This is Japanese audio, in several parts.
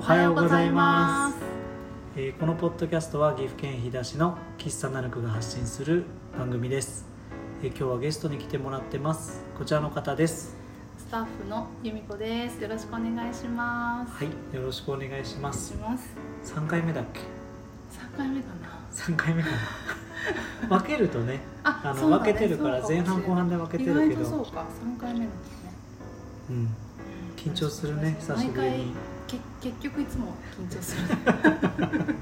はようございます。このポッドキャストは岐阜県飛騨市の喫茶ナルクが発信する番組です。今日はゲストに来てもらってます。こちらの方です。 スタッフの由美子です。よろしくお願いします。 はい、よろしくお願いします。 お願いします。 3回目だっけ 3回目かな。 3回目かな分けるとね、 そうだね、 分けてるから前半後半で分けてるけど、 意外とそうか、3回目なんですね。 緊張するね、久しぶりに。 結局いつも緊張するなかなか慣れないです。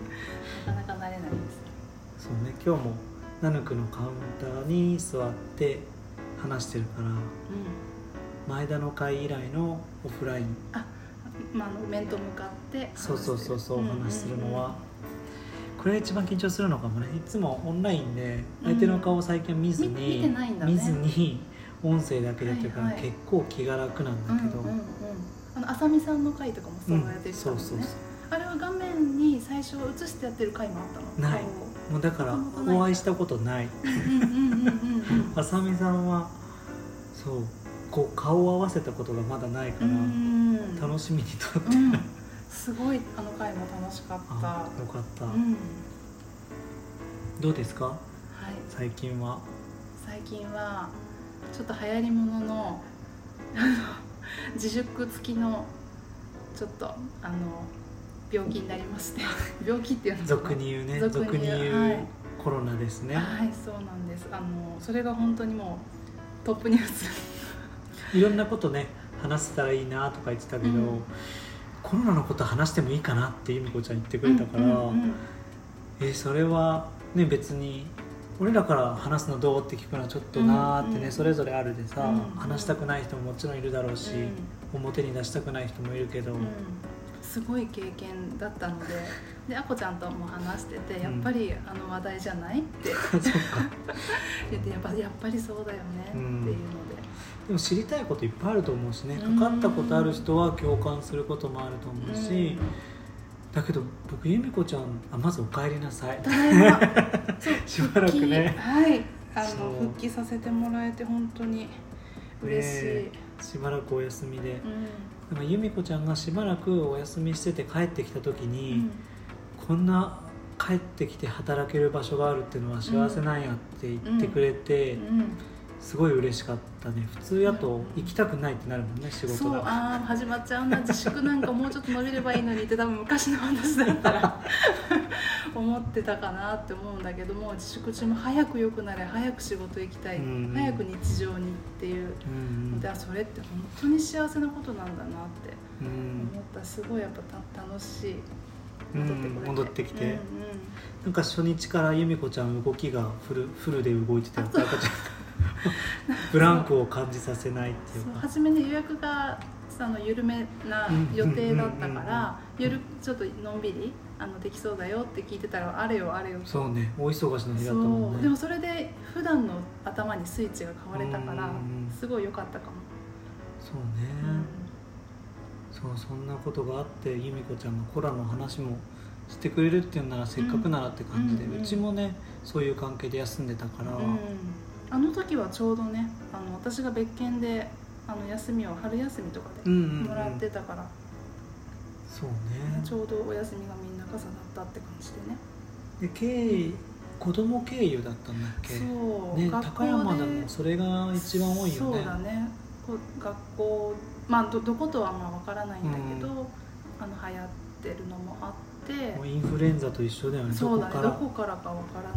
そうね、今日もナヌクのカウンターに座って話してるから、前田の会以来のオフライン、 面と向かってそうお話しするのは、これが一番緊張するのかもね。いつもオンラインで相手の顔を最近見ずに、見ずに音声だけでやってるから、結構気が楽なんだけど、 あさみさんの回とかもそうやってたもんね。あれは画面に最初映してやってる回もあったの？ ない。もうだからお会いしたことない。あさみさんはそうこう顔を合わせたことがまだないから、楽しみにとって、 すごいあの回も楽しかった。 よかった。どうですか？最近はちょっと流行りものの自粛付きのちょっと病気になりまして病気っていうの俗に言うね、俗に言う、コロナですね。 はい、そうなんです。それが本当にもうトップニュースいろんなことね話せたらいいなとか言ってたけど、コロナのこと話してもいいかなって由美子ちゃん言ってくれたから、それはね、別に俺らから話すのどうって聞くのはちょっとなーってね、それぞれあるでさ、話したくない人ももちろんいるだろうし、表に出したくない人もいるけど、 すごい経験だったので、あこちゃんとも話してて、やっぱり話題じゃないって言って、やっぱりそうだよねっていうので、 でも知りたいこといっぱいあると思うしね、かかったことある人は共感することもあると思うし、だけど僕由美子ちゃん、まずお帰りなさい。しばらくね、 復帰させてもらえて本当に嬉しい。 しばらくお休みで、由美子ちゃんがしばらくお休みしてて帰ってきた時に、こんな帰ってきて働ける場所があるっていうのは幸せなんやって言ってくれて、すごい嬉しかったね。普通やと行きたくないってなるもんね、仕事が。 始まっちゃうな、自粛なんかもうちょっと伸びればいいのにって多分昔の話だったら思ってたかなって思うんだけども、自粛中も早く良くなれ、早く仕事行きたい、早く日常にっていうので、それって本当に幸せなことなんだなって思った。すごいやっぱ楽しい。 戻ってきて、なんか初日から由美子ちゃん動きがフルで動いてたよ。ブランクを感じさせないっていうか、 初めね、予約が緩めな予定だったから、夜ちょっとのんびりできそうだよって聞いてたら、あれよあれよ。 そうね、大忙しの日だったもんね。 でもそれで普段の頭にスイッチが変われたから、すごい良かったかも。 そうね、そんなことがあって、由美子ちゃんがコロナの話もしてくれるっていうならせっかくならって感じで、うちもねそういう関係で休んでたから、 あの時はちょうどね、私が別件で休みを春休みとかでもらってたから、 そうね、 ちょうどお休みがみんな重なったって感じでね。 で子供経由だったんだっけ。 そうね、高山でもそれが一番多いよね。 そうだね、学校、どことは分からないんだけど、流行ってるのもあって、 もうインフルエンザと一緒だよね。 そうだね、どこからか分からない。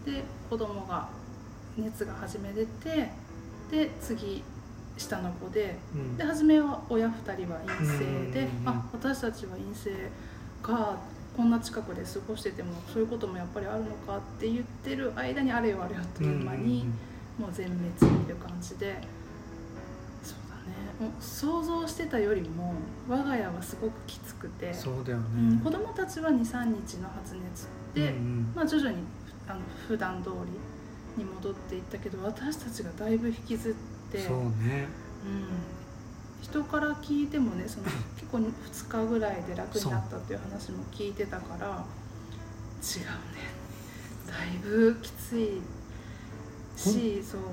で子供が熱が始めてて、で次下の子で、で初めは親2人は陰性で、私たちは陰性か、こんな近くで過ごしててもそういうこともやっぱりあるのかって言ってる間に、あれよあれよという間にもう全滅っていう感じで、そうだね、もう想像してたよりも我が家はすごくきつくて、 そうだよね、 子供たちは 2,3 日の発熱で、徐々に普段通りに戻っていったけど、私たちがだいぶ引きずって、 そうね、 人から聞いてもね、結構2日ぐらいで楽になったっていう話も聞いてたから、違うね、だいぶきついし、そう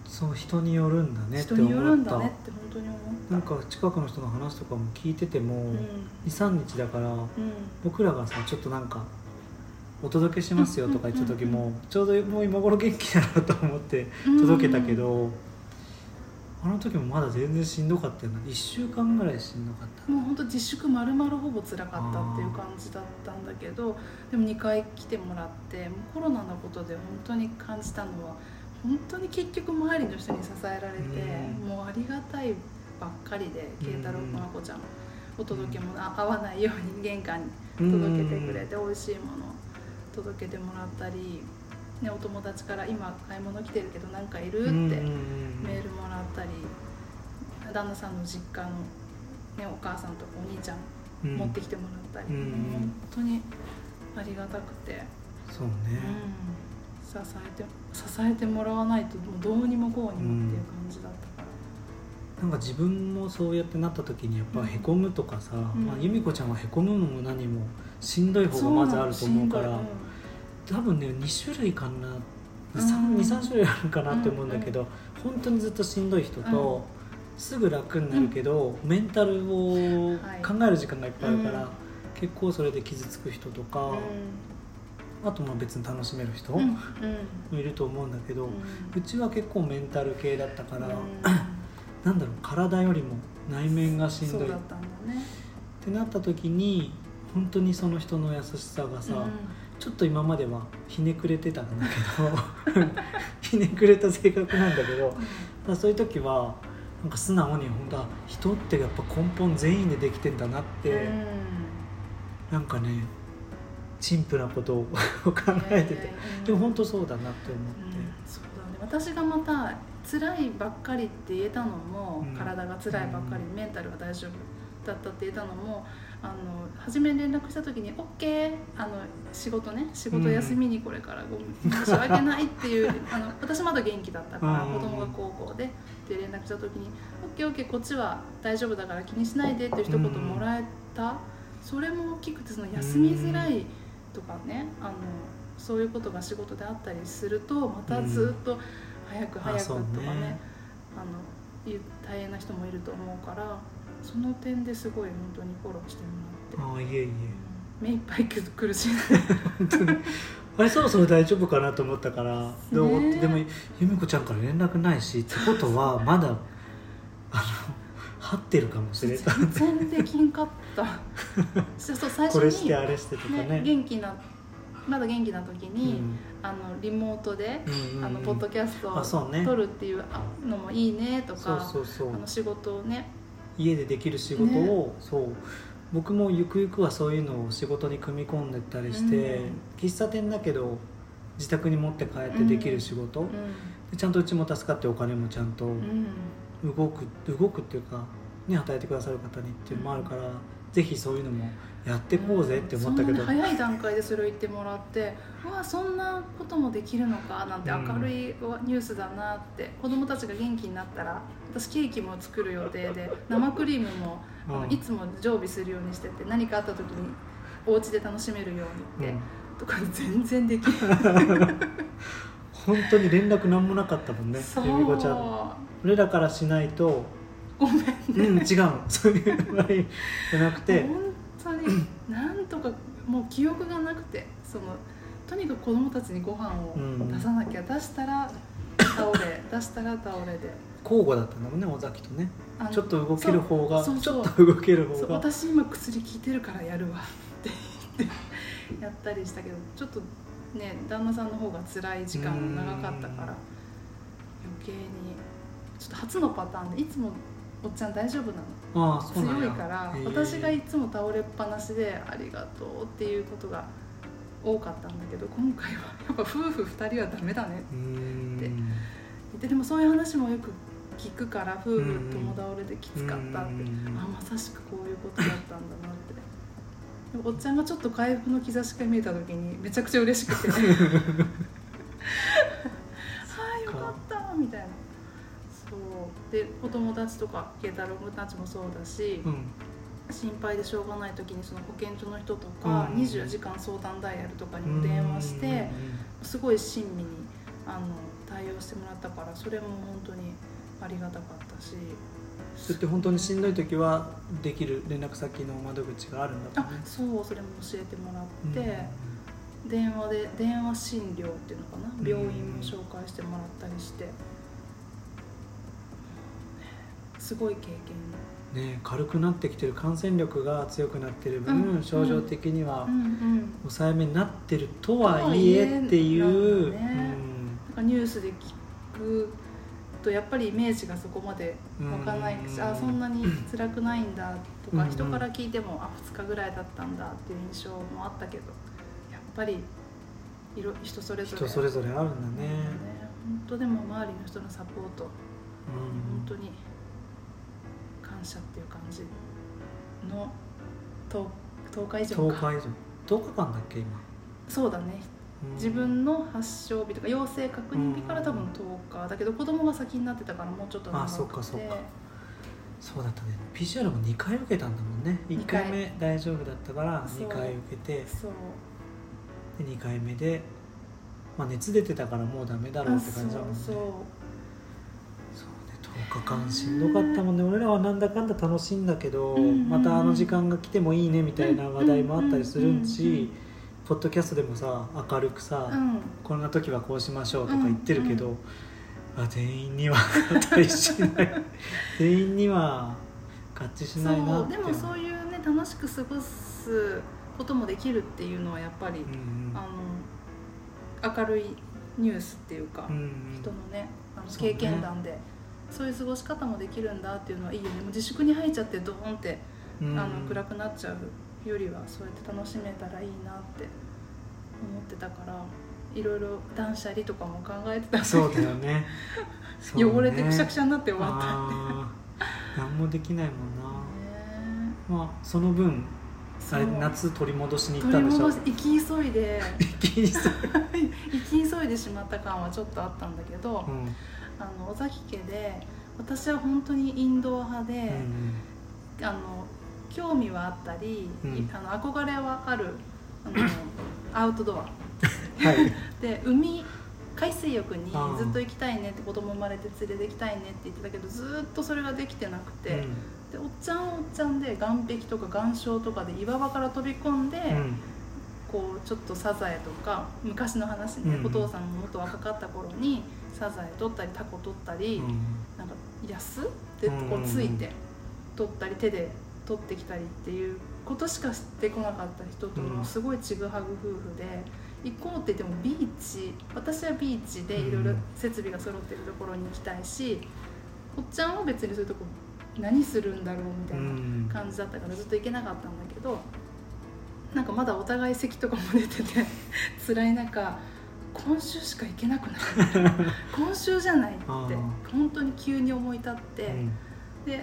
そう人によるんだねって人によるん思った。 だねって本当に思った。 なんか近くの人の話とかも聞いてても、2,3 日だから僕らがさちょっとなんかお届けしますよとか言った時もちょうどもう今頃元気だなと思って届けたけど、あの時もまだ全然しんどかったよな。1週間ぐらいしんどかった。 もう本当自粛丸々ほぼ辛かったっていう感じだったんだけど、でも2回来てもらって、もうコロナのことで本当に感じたのは、本当に結局周りの人に支えられて、もうありがたいばっかりで、慶太郎子の子ちゃんお届けも合わないように玄関に届けてくれて、美味しいもの届けてもらったり、ね、お友達から今買い物来てるけど何かいるってメールもらったり、旦那さんの実家の、ね、お母さんとかお兄ちゃん持ってきてもらったり、本当にありがたくて、 そうね、 支えてもらわないともうどうにもこうにもっていう感じだったから、 なんか自分もそうやってなった時にやっぱへこむとかさ、由美子ちゃんはへこむのも何もしんどい方がまずあると思うから、多分ね2種類かな、2,3 種類あるかなって思うんだけど、本当にずっとしんどい人と、すぐ楽になるけど、メンタルを考える時間がいっぱいあるから、結構それで傷つく人とか、あとまあ別に楽しめる人もいると思うんだけど、うちは結構メンタル系だったから、なんだろう、体よりも内面がしんどいそうだったんだねってなった時に、本当にその人の優しさがさ、ちょっと今まではひねくれてたんだけどひねくれた性格なんだけど、そういう時はなんか素直に本当は人ってやっぱ根本全員でできてんだなって、なんかね陳腐なことを考えてて、でも本当そうだなって思って、 そうだね、私がまた辛いばっかりって言えたのも、体が辛いばっかり、メンタルが大丈夫だったって言えたのも、初めに連絡した時に OK、 仕事休みにこれからごめん申し訳ないっていう私まだ元気だったから、子供が高校でって連絡した時に OKOK こっちは大丈夫だから気にしないでっていう一言もらえた、それも大きくて、その休みづらいとかね、そういうことが仕事であったりすると、またずっと早くとかね、大変な人もいると思うから、その点ですごい本当にフォローしてもらって、 いえいえ、 目いっぱい苦しい本当にあれそろそろ大丈夫かなと思ったから、でも由美子ちゃんから連絡ないしってことはまだ張ってるかもしれない。 全然できんかったそう最初にこれしてあれしてとかね、 まだ元気な時に、リモートで、ポッドキャストを撮るっていうのもいいねとか、仕事をね家でできる仕事を、そう僕もゆくゆくはそういうのを仕事に組み込んでったりして、喫茶店だけど自宅に持って帰ってできる仕事、でちゃんとうちも助かってお金もちゃんと動くっていうか、ね、働いてくださる方にっていうのもあるから、ぜひそういうのもやってこうぜって思ったけど、 早い段階でそれを言ってもらって、わあそんなこともできるのかなんて、明るいニュースだなって、子供たちが元気になったら私ケーキも作る予定で、生クリームもいつも常備するようにしてて、何かあった時にお家で楽しめるようにって、とか全然できない本当に連絡なんもなかったもんね、由美子ちゃん。俺らからしないとごめんね、 違うそういう場合じゃなくて、 本当になんとかもう記憶がなくて、とにかく子供たちにご飯を出さなきゃ、出したら倒れで交互だったんだもんね、尾崎とね。ちょっと動ける方が、ちょっと動ける方が、 私今薬効いてるからやるわって言ってやったりしたけど、ちょっとね旦那さんの方が辛い時間が長かったから、余計にちょっと初のパターンで、いつもおっちゃん大丈夫なの、強いから、私がいつも倒れっぱなしでありがとうっていうことが多かったんだけど、今回はやっぱ夫婦2人はダメだねって言って、でもそういう話もよく聞くから、夫婦共倒れできつかったって、まさしくこういうことだったんだなって。でもおっちゃんがちょっと回復の兆しが見えた時にめちゃくちゃ嬉しくてはいよかったみたいな。そうで、お友達とか慶太郎君たちもそうだし、心配でしょうがない時にその保健所の人とか、24時間相談ダイヤルとかにも電話して、すごい親身に対応してもらったから、それも本当にありがたかったし。 それって本当にしんどい時はできる連絡先の窓口があるんだもんね。 そう、それも教えてもらって、電話診療っていうのかな、病院も紹介してもらったりして、すごい経験ね。軽くなってきてる、感染力が強くなってる分、症状的には抑えめになってるとはいえっていう、 なんかニュースで聞くとやっぱりイメージがそこまでわかんないし、そんなに辛くないんだとか、人から聞いても2日ぐらいだったんだっていう印象もあったけど、やっぱり人それぞれあるんだね。 本当でも周りの人のサポート、本当に感謝っていう感じの10日以上か。 10日間だっけ今。そうだね。 自分の発症日とか陽性確認日から多分10日だけど、子供が先になってたからもうちょっと長くて。 そうかそうだったね。 PCR も2回受けたんだもんね。1回目大丈夫だったから2回受けて、で2回目で、熱出てたからもうダメだろうって感じだもんね。そうね、10日間しんどかったもんね。俺らはなんだかんだ楽しいんだけど、また時間が来てもいいねみたいな話題もあったりするし、ポッドキャストでもさ、明るくさ、こんな時はこうしましょうとか言ってるけど、全員には合致しない全員には合致しないなって。 でもそういうね、楽しく過ごすこともできるっていうのはやっぱり、明るいニュースっていうか、人のね、経験談でそういう過ごし方もできるんだっていうのはいいよね。もう自粛に入っちゃってドーンって暗くなっちゃうよりは、そうやって楽しめたらいいなって思ってたから、いろいろ断捨離とかも考えてた。 そうだよね汚れてくしゃくしゃになって終わったって何もできないもんな。その分あれ夏取り戻しに行ったんでしょ。 行き急いでしまった感はちょっとあったんだけど、尾崎家で私は本当にインドア派で、興味はあったり、憧れはあるアウトドアで、海水浴にずっと行きたいねって、子供生まれて連れて行きたいねって言ってたけど、ずっとそれができてなくて、でおっちゃんで岸壁とか岩礁とかで岩場から飛び込んで、こうちょっとサザエとか、昔の話ね、お父さんももっと若かった頃にサザエ取ったりタコ取ったり、なんかヤスでこうついて取ったり、手で取ってきたりっていうことしかしてこなかった人とのすごいちぐはぐ夫婦で、行こうって言ってもビーチ、私はビーチでいろいろ設備が揃ってるところに行きたいし、おっちゃんは別にそういうとこ何するんだろうみたいな感じだったからずっと行けなかったんだけど、なんかまだお互い咳とかも出てて辛い中、今週しか行けなくない今週じゃないって本当に急に思い立って、で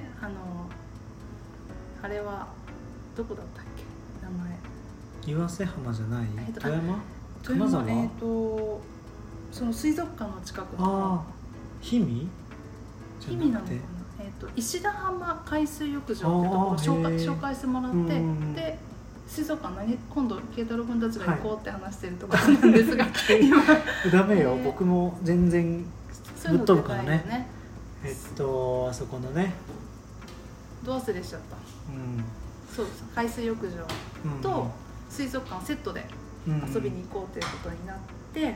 あれはどこだったっけ、名前岩瀬浜じゃない、富山金沢、 その水族館の近くの氷見なのかな、石田浜海水浴場ってところを紹介してもらって、で水族館今度慶太郎君たちが行こうって話してるところなんですが、 ダメよ、僕も全然ぶっ飛ぶからね。あそこのね、 どう忘れしちゃった、そうです、海水浴場と水族館セットで遊びに行こうということになって、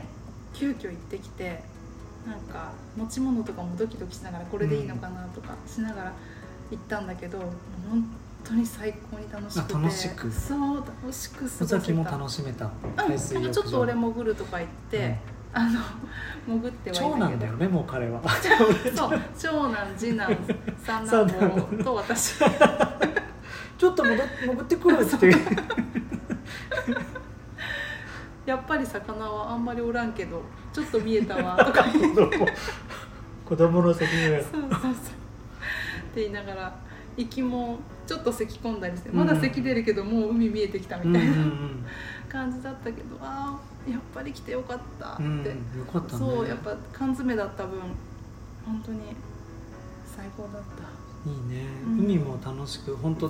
急遽行ってきて、なんか持ち物とかもドキドキしながら、これでいいのかなとかしながら行ったんだけど、本当に最高に楽しくて、楽しく過ごせた。尾崎も楽しめた。海水浴場、 ちょっと俺潜るとか言って、潜ってはいたけど、 長男だよね、もう彼はそう長男次男三男坊と私ちょっと潜ってくるってやっぱり魚はあんまりおらんけどちょっと見えたわとか子供の責任そうって言いながら、息もちょっと咳込んだりして、まだ咳出るけどもう海見えてきたみたいな感じだったけど、やっぱり来てよかったって、よかったね。 そう、やっぱ缶詰だった分本当に最高だった。 いいね、海も楽しく、本当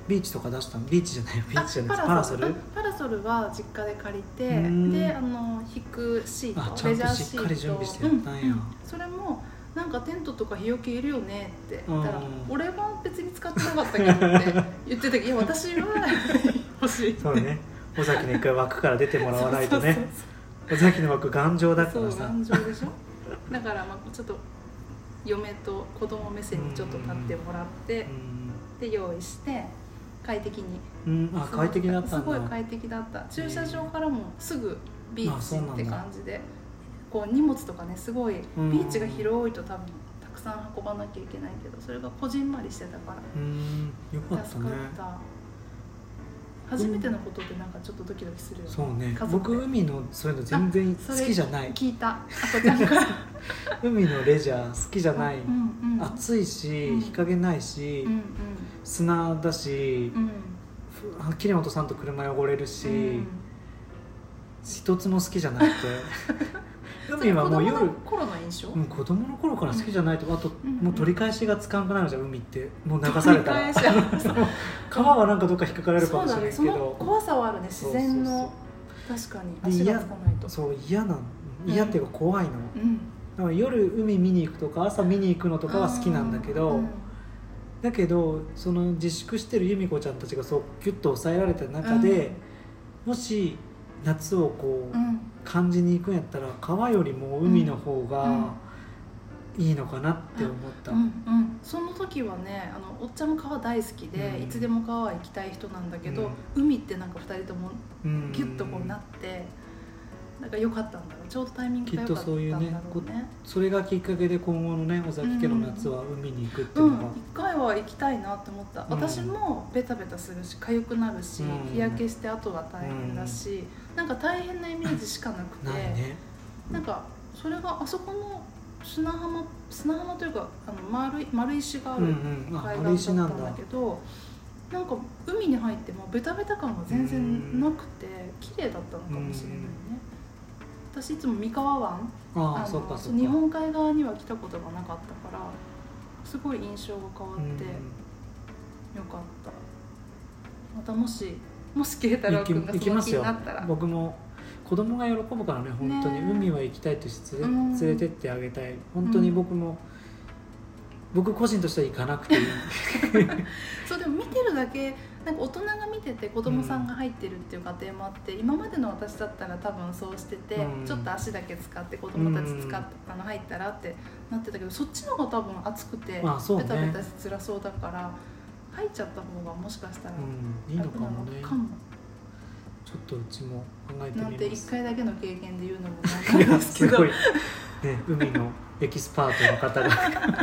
ビーチとか出したの？ビーチじゃないよ、ビーチじゃない、パラソルは実家で借りて、で引くシート、 ちゃんとしっかり準備してやったんや、 それもなんかテントとか日よけいるよねって言ったら、俺は別に使ってなかったけどって言ってたけど、いや私は欲しいって。 そうね、尾崎の一回枠から出てもらわないとね。尾崎の枠頑丈だからさ。 そう頑丈でしょ。だからちょっと嫁と子供目線にちょっと立ってもらって、で用意して快適に、 快適だったんだ。 すごい快適だった。駐車場からもすぐビーチって感じで、こう荷物とかね、すごいビーチが広いと多分たくさん運ばなきゃいけないけど、それがこじんまりしてたからよかったね。 助かった。初めてのことってなんかちょっとドキドキするよね。 そうね、僕海のそういうの全然好きじゃない。 聞いた、あこちゃんから海のレジャー好きじゃない。暑いし、日陰ないし、砂だし、きれいに落とさんと車汚れるし、一つも好きじゃなくて海はもう夜、 子供の頃の印象？ 子供の頃から好きじゃないと、あともう取り返しがつかんくなるじゃん、海ってもう流されたら川はなんかどっか引っかかられるかもしれないけど、 その怖さはあるね、自然の。確かに足がつかないと。 そう嫌っていうか怖いの、だから夜海見に行くとか朝見に行くのとかは好きなんだけど、だけどその自粛してる由美子ちゃんたちがそうギュッと抑えられた中で、もし夏をこう感じに行くんやったら川よりも海の方がいいのかなって思った。 その時はね、おっちゃんも川大好きで、いつでも川行きたい人なんだけど、海ってなんか2人ともギュッとこうなって、なんか良かったんだろう、ちょうどタイミングが良かったんだろうね。きっとそういうね、 それがきっかけで今後のね、尾崎家の夏は海に行くっていうのが、 一回は行きたいなって思った。私もベタベタするし痒くなるし、日焼けして後が大変だし、なんか大変なイメージしかなくて、なんかそれがあそこの砂浜というか丸石がある海岸だったんだけど、なんか海に入ってもベタベタ感が全然なくて綺麗だったのかもしれないね。私いつも三河湾、日本海側には来たことがなかったからすごい印象が変わってよかった。またもし慶太郎君がその気になったら。 僕も子供が喜ぶからね、本当に海は行きたいとして連れてってあげたい。本当に僕個人としては行かなくていいそうでも見てるだけ、なんか大人が見てて子供さんが入ってるっていう過程もあって、今までの私だったら多分そうしてて、ちょっと足だけ使って子供たち入ったらってなってたけど、そっちの方が多分暑くてベタベタしつらそうだから、入っちゃった方がもしかしたらいいのかもね。ちょっとうちも考えてみます。 なんて1回だけの経験で言うのもなんなんですけどね、 海のエキスパートの方が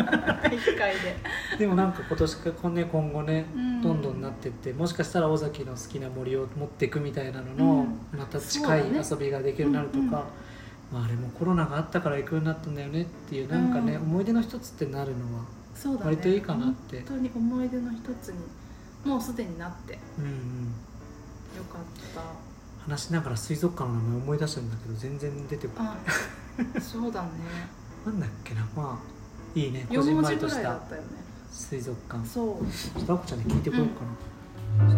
1回でもなんか今後ね、どんどんなってって、もしかしたら尾崎の好きな森を持っていくみたいなのの、また近い遊びができるようになるとか、あれもコロナがあったから行くようになったんだよねっていう、なんかね、思い出の一つってなるのは割といいかなって。 本当に思い出の一つにもうすでになって、よかった。 話しながら水族館の名前思い出したんだけど全然出てこない。 そうだね。 なんだっけな、まあいいね、こじんまりとした水族館。 そう。 ちょっとあこちゃんに聞いてこようかな。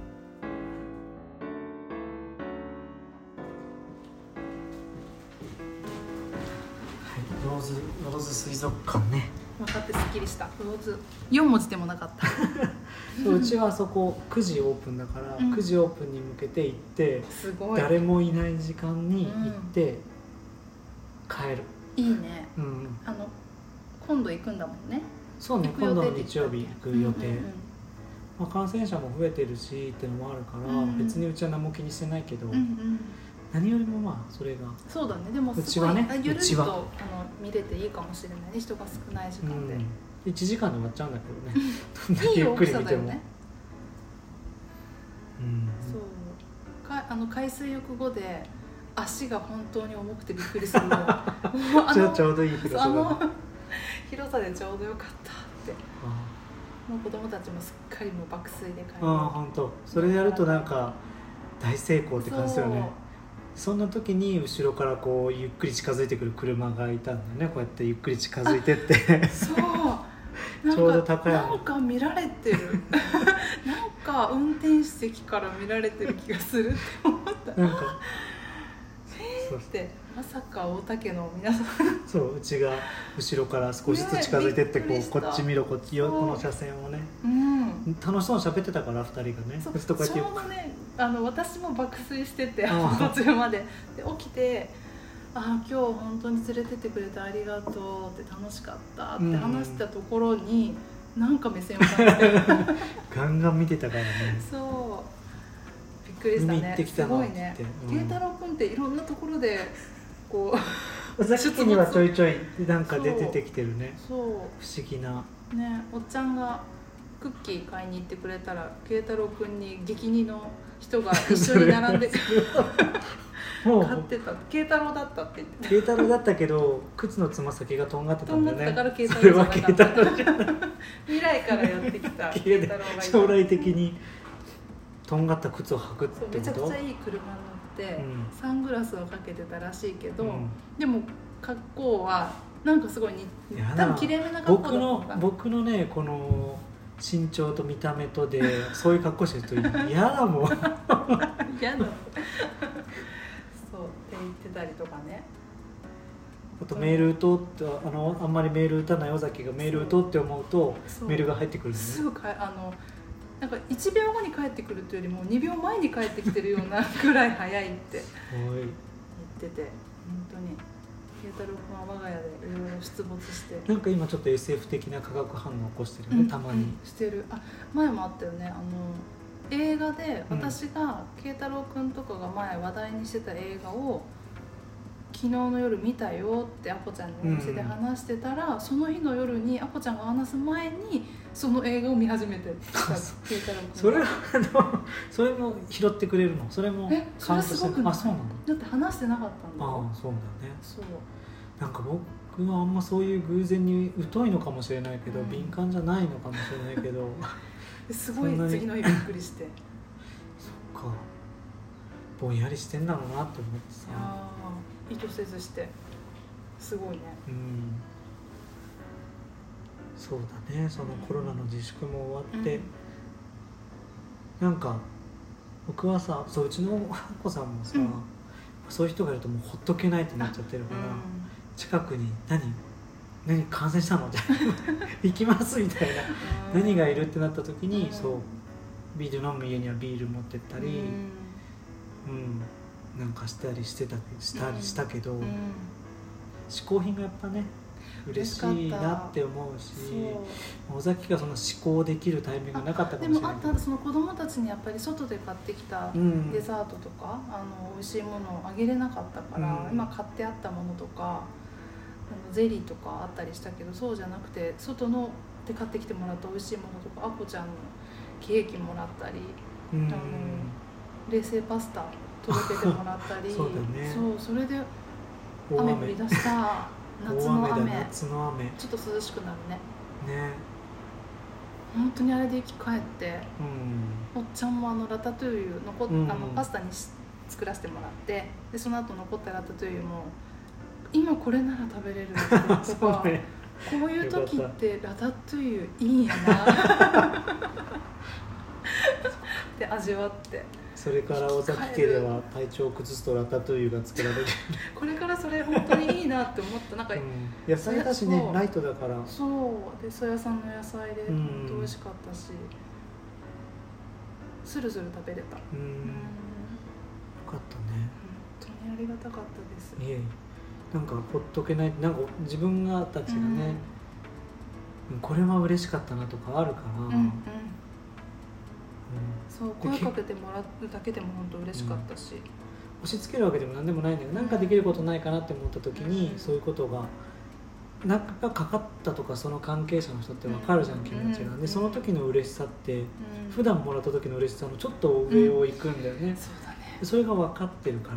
ローズ水族館ね。 分かってすっきりした。ローズ4文字でもなかったそう、うちはあそこ9時オープンだから、9時オープンに向けて行って、 すごい誰もいない時間に行って帰る。 いいね。今度行くんだもんね。 そうね、今度の日曜日行く予定。感染者も増えてるしっていうのもあるから、別にうちは何も気にしてないけど、何よりもまあそれがそうだね。でもうちはね、 ゆるっと見れていいかもしれないね、人が少ない時間で。 1時間で終わっちゃうんだけどね。どんだけゆっくり見ても。 そう。海水浴後で足が本当に重くてびっくりするの。 ちょうどいい広さだ。 広さでちょうどよかったって。もう子供たちもすっかりもう爆睡で帰る。 本当。それやるとなんか大成功って感じですよね。そんな時に後ろからこうゆっくり近づいてくる車がいたんだよね。こうやってゆっくり近づいてってそうちょうど高山なんか見られてるなんかか運転手席から見られてる気がするって思ったなんかってまさか大竹の皆さんそううちが後ろから少しずつ近づいてって、こっち見ろこっちよこの車線をね、楽しそうに喋ってたから2人がねそうちょうどね私も爆睡してて途中まで起きて今日本当に連れてってくれてありがとうって楽しかったって話したところに、なんか目線を感じてガンガン見てたからね。 そうびっくりしたね。すごいね。慶太郎君っていろんなところでこうさっきにはちょいちょいなんか出てきてるね。 そう不思議なね。おっちゃんがクッキー買いに行ってくれたら慶太郎君に激似の人が一緒に並んで買ってた。慶太郎だったって言ってた。 慶太郎だったけど靴のつま先がとんがってたんだね。 とんがってたから慶太郎じゃなかった未来からやってきた慶太郎がいた。 将来的にとんがった靴を履くってこと。 めちゃくちゃいい車に乗って、サングラスをかけてたらしいけど、でも格好はなんかすごい多分綺麗めな格好だったのか。 僕のねこの身長と見た目とでそういう格好してる人嫌だもん。 嫌だそうって言ってたりとかね。 あとメール打とうってあんまりメール打たない尾崎がメール打とうって思うとメールが入ってくるんですね。 すぐなんか1秒後に帰ってくるというよりも2秒前に帰ってきてるようなぐらい早いって言ってて、本当に慶太郎君は我が家でいろいろ出没して、 なんか今ちょっと SF 的な化学反応を起こしてるよね、たまに、 してる。前もあったよね。映画で私が慶太郎君とかが前話題にしてた映画を昨日の夜見たよってアポちゃんにお店で話してたら、その日の夜にアポちゃんが話す前にその映画を見始めてた慶太郎君。 それも拾ってくれるの？それもそれすごくない？ そうなの？ だって話してなかったんだよ。 そうだね。 そうなんか僕はあんまそういう偶然に疎いのかもしれないけど、敏感じゃないのかもしれないけどすごい次の日びっくりしてそっか、ぼんやりしてんだろうなって思ってさ、 意図せずしてすごいね。 そうだね。そのコロナの自粛も終わって、なんか僕はさ、うちの子さんもさ、そういう人がいるともうほっとけないってなっちゃってるから、近くに何感染したのじゃ行きますみたいな何がいるってなった時に、そうビール飲む家にはビール持ってったり、なんかしたりしたけど、嗜好品がやっぱね嬉しいなって思うし、尾崎がその嗜好できるタイミングがなかったかもしれない。 でもその子供たちにやっぱり外で買ってきたデザートとか、美味しいものをあげれなかったから、今買ってあったものとかゼリーとかあったりしたけど、そうじゃなくて外ので買ってきてもらった美味しいものとか、アポちゃんのケーキもらったり、冷製パスタ届けてもらったりそうだね。 それで雨降り出した夏の雨夏の雨ちょっと涼しくなるね。 ね、 本当にあれで生き返って、おっちゃんもラタトゥーユパスタに作らせてもらって、でその後残ったラタトゥーユも今これなら食べれるとかね、こういう時ってラタトゥーユいいんやなって味わって、 それから尾崎家では体調を崩すとラタトゥイユが作られるこれからそれ本当にいいなって思った。なんか、 野菜だしね、ライトだから。 そうで、ソヤさんの野菜で本当美味しかったし、スルスル食べれた。よかったね。 本当にありがたかったです。 いえ、なんかほっとけない、なんか自分たちがね、これは嬉しかったなとかあるかな。 そう声かけてもらうだけでも本当嬉しかったし、 押し付けるわけでも何でもないんだけど、なんかできることないかなって思った時に、そういうことがなんかかかったとか、その関係者の人って分かるじゃん、気持ちが。でその時の嬉しさって、普段もらった時の嬉しさのちょっと上を行くんだよね。 そうだね。 それが分かってるから、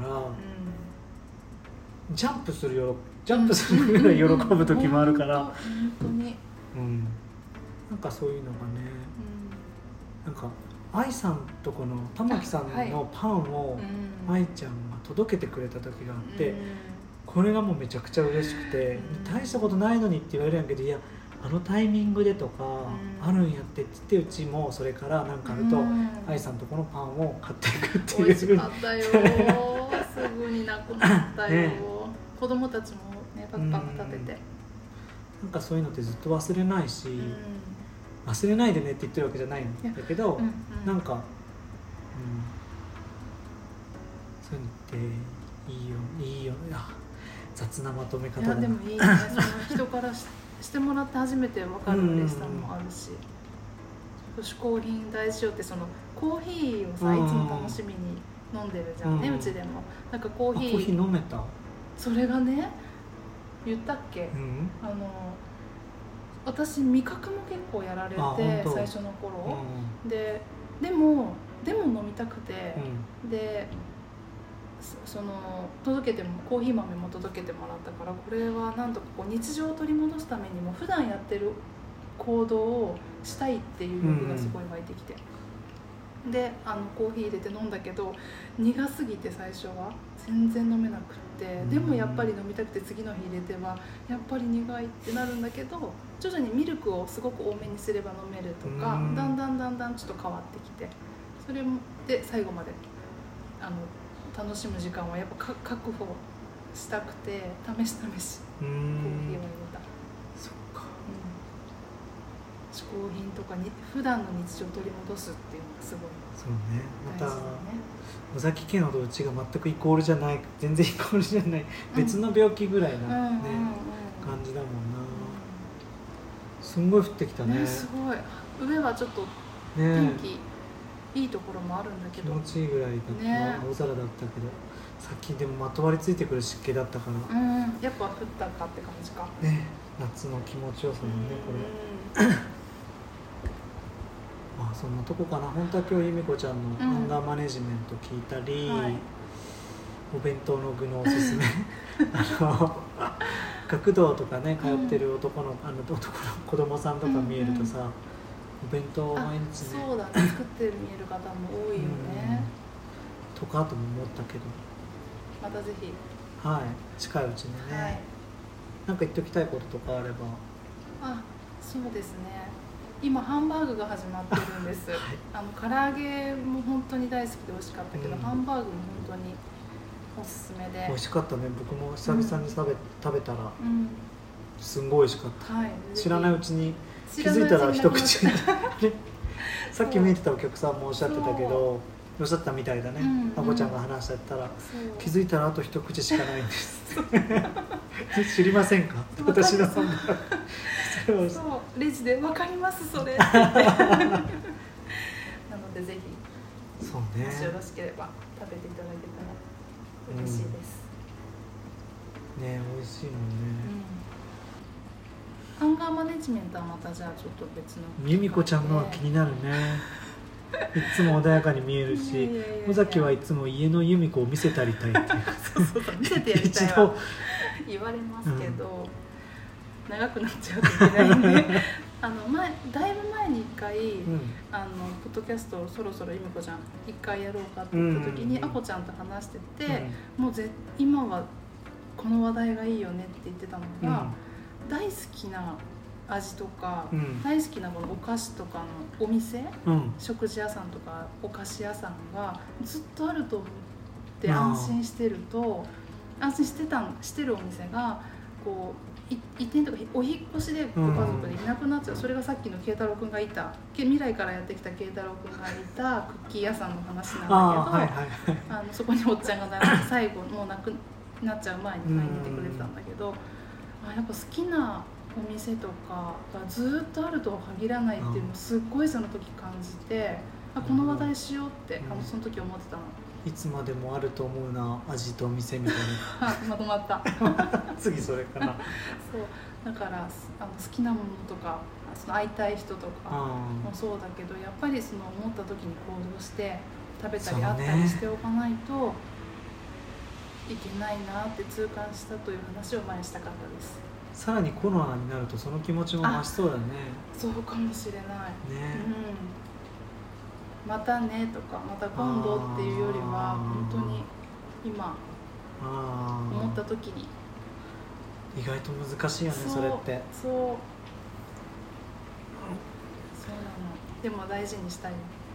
ジャンプするぐらい喜ぶ時もあるから、 本当に、 なんかそういうのがね、なんか愛さんとこの玉木さんのパンを愛ちゃんが届けてくれた時があって、これがもうめちゃくちゃ嬉しくて、大したことないのにって言われるんやけど、いやあのタイミングでとか、あるんやってって言って、うちもそれからなんかあると、愛さんとこのパンを買っていくっていう。 美味しかったよすぐになくなったよ、ね、子供たちもねパクパク食べて、 なんかそういうのってずっと忘れないし、忘れないでねって言ってるわけじゃないんだけど、なんか、そういうのっていいよ雑なまとめ方だな。いやでもいいねその人からしてもらって初めて分かる嬉しさもあるし、嗜好品大事よって、そのコーヒーをさいつも楽しみに飲んでるじゃんね、うちでも。なんかコーヒー飲めた？ それがね、言ったっけ、私味覚も結構やられて最初の頃、でも飲みたくて、でその届けてもコーヒー豆も届けてもらったから、これはなんとかこう日常を取り戻すためにも普段やってる行動をしたいっていう欲がすごい湧いてきて、でコーヒー入れて飲んだけど苦すぎて最初は全然飲めなくって、でもやっぱり飲みたくて次の日入れてはやっぱり苦いってなるんだけど、徐々にミルクをすごく多めにすれば飲めるとか、だんだんちょっと変わってきて、それで最後まで楽しむ時間はやっぱ確保したくて、試しコーヒーを入れた。 そっか、 嗜好品とかに普段の日常を取り戻すっていうのがすごいそうね。また大事だね。 尾崎家のとうちが全くイコールじゃない、全然イコールじゃない別の病気ぐらいな、感じだもんな。すんごい降ってきたね。 すごい。上はちょっと天気いいところもあるんだけど、 気持ちいいぐらいだった、青空だったけど、さっきでもまとわりついてくる湿気だったから、 やっぱ降ったかって感じかね。夏の気持ちよさもね、これまあそんなとこかな。本当は今日由美子ちゃんのアンガーマネジメント聞いたり、お弁当の具のおすすめ学童とかね通ってる男の子供さんとか見えるとさ、お弁当を毎日ね、 そうだね、作ってる見える方も多いよね、 とかとも思ったけど、 またぜひ近いうちにね、なんか言っておきたいこととかあれば。 そうですね、今ハンバーグが始まってるんです、唐揚げも本当に大好きで美味しかったけど、ハンバーグも本当におすすめで。 美味しかったね。僕も久々に食べたら、すんごい美味しかった、知らないうちに気づいたら一口さっき見えてたお客さんもおっしゃってたけど、おっしゃったみたいだね、あこちゃんが話してたら、気づいたらあと一口しかないんです知りませんか私のハンバーグそうレジで分かりますそれなのでぜひ、 そうね、 もしよろしければ食べていただけたら嬉しいです、 ね。美味しいもんね、 アンガーマネジメントはまたじゃあちょっと別の由美子ちゃんのは気になるねいつも穏やかに見えるし、尾崎はいつも家の由美子を見せてやりたいっていうそう見せてやりたいわ言われますけど、長くなっちゃうといけないんでだいぶ前に1回、ポッドキャストをそろそろ由美子ちゃん1回やろうかって言った時に、あこちゃんと話してて、もう今はこの話題がいいよねって言ってたのが、大好きな味とか、大好きなこのお菓子とかのお店、食事屋さんとかお菓子屋さんがずっとあると思って安心してるお店がこう移転とかお引っ越しでご家族でいなくなっちゃう、それがさっきの慶太郎くんがいた未来からやってきた慶太郎くんがいたクッキー屋さんの話なんだけど、そこにおっちゃんが最後もうなくなっちゃう前に買いに行ってくれてたんだけど、やっぱ好きなお店とかがずっとあるとは限らないっていうのをすっごいその時感じて、この話題しようってその時思ってたの。 いつまでもあると思うな味とお店みたいなまとまった次それかなそうだから好きなものとかその会いたい人とかもそうだけど、やっぱりその思った時に行動して食べたり会ったりしておかないといけないなって痛感したという話を前にしたかったです。 さらにコロナになるとその気持ちも増しそうだね。 そうかもしれないね、またねとかまた今度っていうよりは本当に今思った時に。 意外と難しいよねそれって。 そうでも大事にしたい。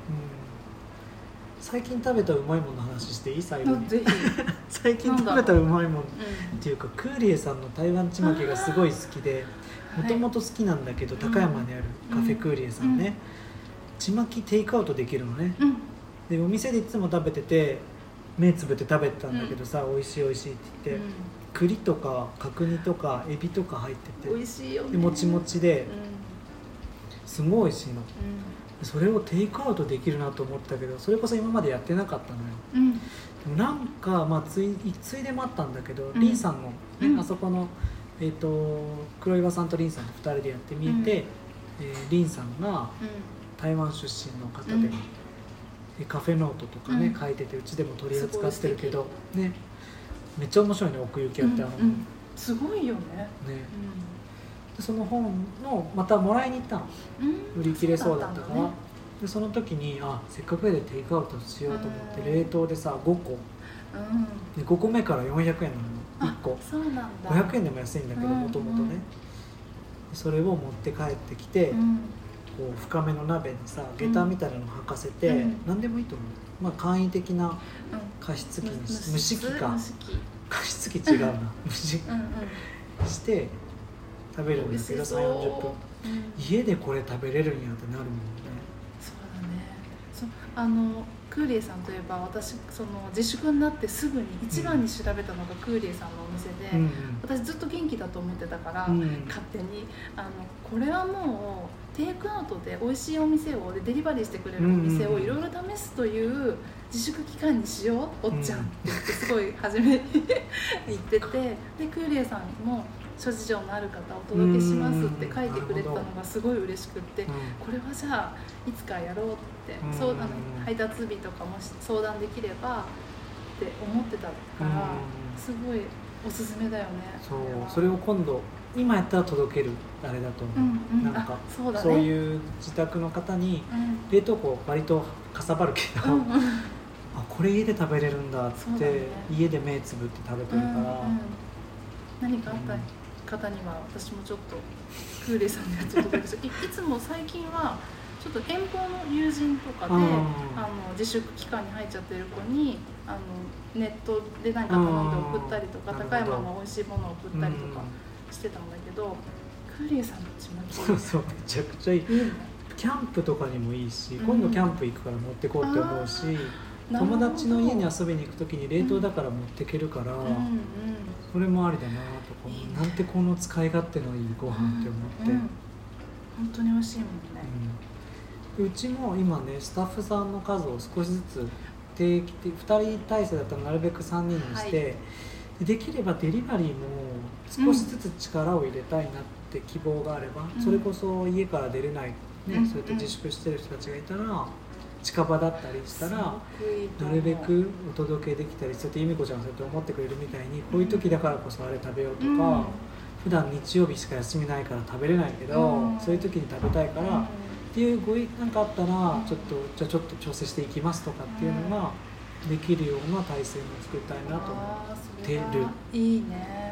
最近食べたうまいものの話していい？最後にぜひ最近食べたうまいものっていうか、クーリエさんの台湾ちまきがすごい好きで、もともと好きなんだけど、高山にあるカフェクーリエさんね、ちまきテイクアウトできるのね、でお店でいつも食べてて目つぶって食べてたんだけどさ、美味しい美味しいって言って、栗とか角煮とかエビとか入ってて美味しいよね。 でもちもちで、すごい美味しいの、それをテイクアウトできるなと思ったけど、それこそ今までやってなかったのよ、でもなんか、まあ、ついでもあったんだけど、リンさんの、ね、あそこの、黒岩さんとリンさんと2人でやってみて、リンさんが台湾出身の方で、カフェノートとかね、書いてて、うちでも取り扱ってるけど、ね、めっちゃ面白いね、奥行きあって、 すごいよね。 でその本のまたもらいに行ったの、売り切れそうだったから、でその時にせっかくでテイクアウトしようと思って、冷凍でさ5個、で5個目から400円なの、1個そうなんだ。 500円でも安いんだけど、もともとね、それを持って帰ってきて、こう深めの鍋にさ下駄みたいなのを履かせて、何でもいいと思う、まあ、簡易的な加湿器に蒸し器か、加湿器違うな蒸し器して食べるんだけど、3、40分、家でこれ食べれるんやってなるもんね。 そうだね。クーリエさんといえば、私その自粛になってすぐに一番に調べたのがクーリエさんのお店で、私ずっと元気だと思ってたから、勝手にこれはもうテイクアウトで美味しいお店をデリバリーしてくれるお店をいろいろ試すという自粛期間にしよう、おっちゃんって言ってすごい初めに言ってて、でクーリエさんも諸事情のある方お届けしますって書いてくれたのがすごい嬉しくって、これはじゃあいつかやろうって、配達日とかも相談できればって思ってたから、すごいおすすめだよね。 それを今度今やったら届けるあれだと思う、なんかそういう自宅の方に、冷凍庫割とかさばるけど、これ家で食べれるんだって、家で目つぶって食べてるから、 何かあった方には私もちょっとクーレさんのやつを届けていつも最近はちょっと遠方の友人とかで自粛期間に入っちゃってる子にネットで何か頼んで送ったりとか、高山の美味しいものを送ったりとかしてたんだけど、クーレさんのちまきそうめちゃくちゃいい、キャンプとかにもいいし、今度キャンプ行くから持ってこうって思うし、友達の家に遊びに行くときに冷凍だから持ってけるから、それもありだなとか、なんてこの使い勝手のいいご飯って思って、 本当に美味しいもんね。 うちも今ね、スタッフさんの数を少しずつ定期的、2人体制だったらなるべく3人にして、できればデリバリーも少しずつ力を入れたいなって希望があれば、それこそ家から出れない、そうやって自粛してる人たちがいたら近場だったりしたらなるべくお届けできたり、そうやって由美子ちゃんがそうやって思ってくれるみたいに、こういう時だからこそあれ食べようとか、普段日曜日しか休みないから食べれないけど、そういう時に食べたいからっていうご意なんかあったら、ちょっと調整していきますとかっていうのができるような体制も作りたいなと思ってる。 いいね、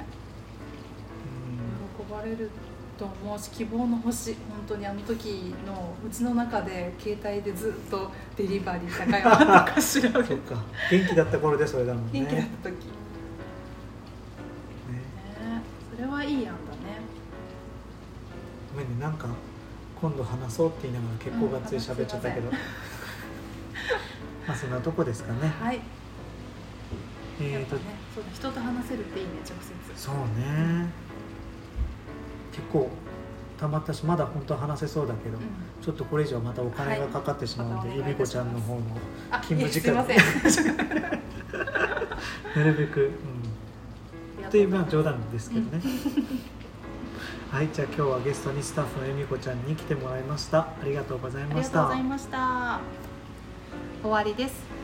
喜ばれると思うし、希望の星、本当にあの時のうちの中で携帯でずっとデリバリー高山とか調べてそうか、元気だった頃でそれだもんね。 元気だった時、それはいい案だね。 ごめんね、なんか今度話そうって言いながら結構がっつり喋っちゃったけど、まあそんなとこですかね。 はい。やっぱね、そうだ、人と話せるっていいね、直接。 そうね。結構たまったし、まだ本当は話せそうだけど、ちょっとこれ以上またお金がかかってしまうので、由美子ちゃんの方の勤務時間なるべく、っていう冗談ですけどね。はい、じゃあ今日はゲストにスタッフの由美子ちゃんに来てもらいました。ありがとうございました。 ありがとうございました。終わりです。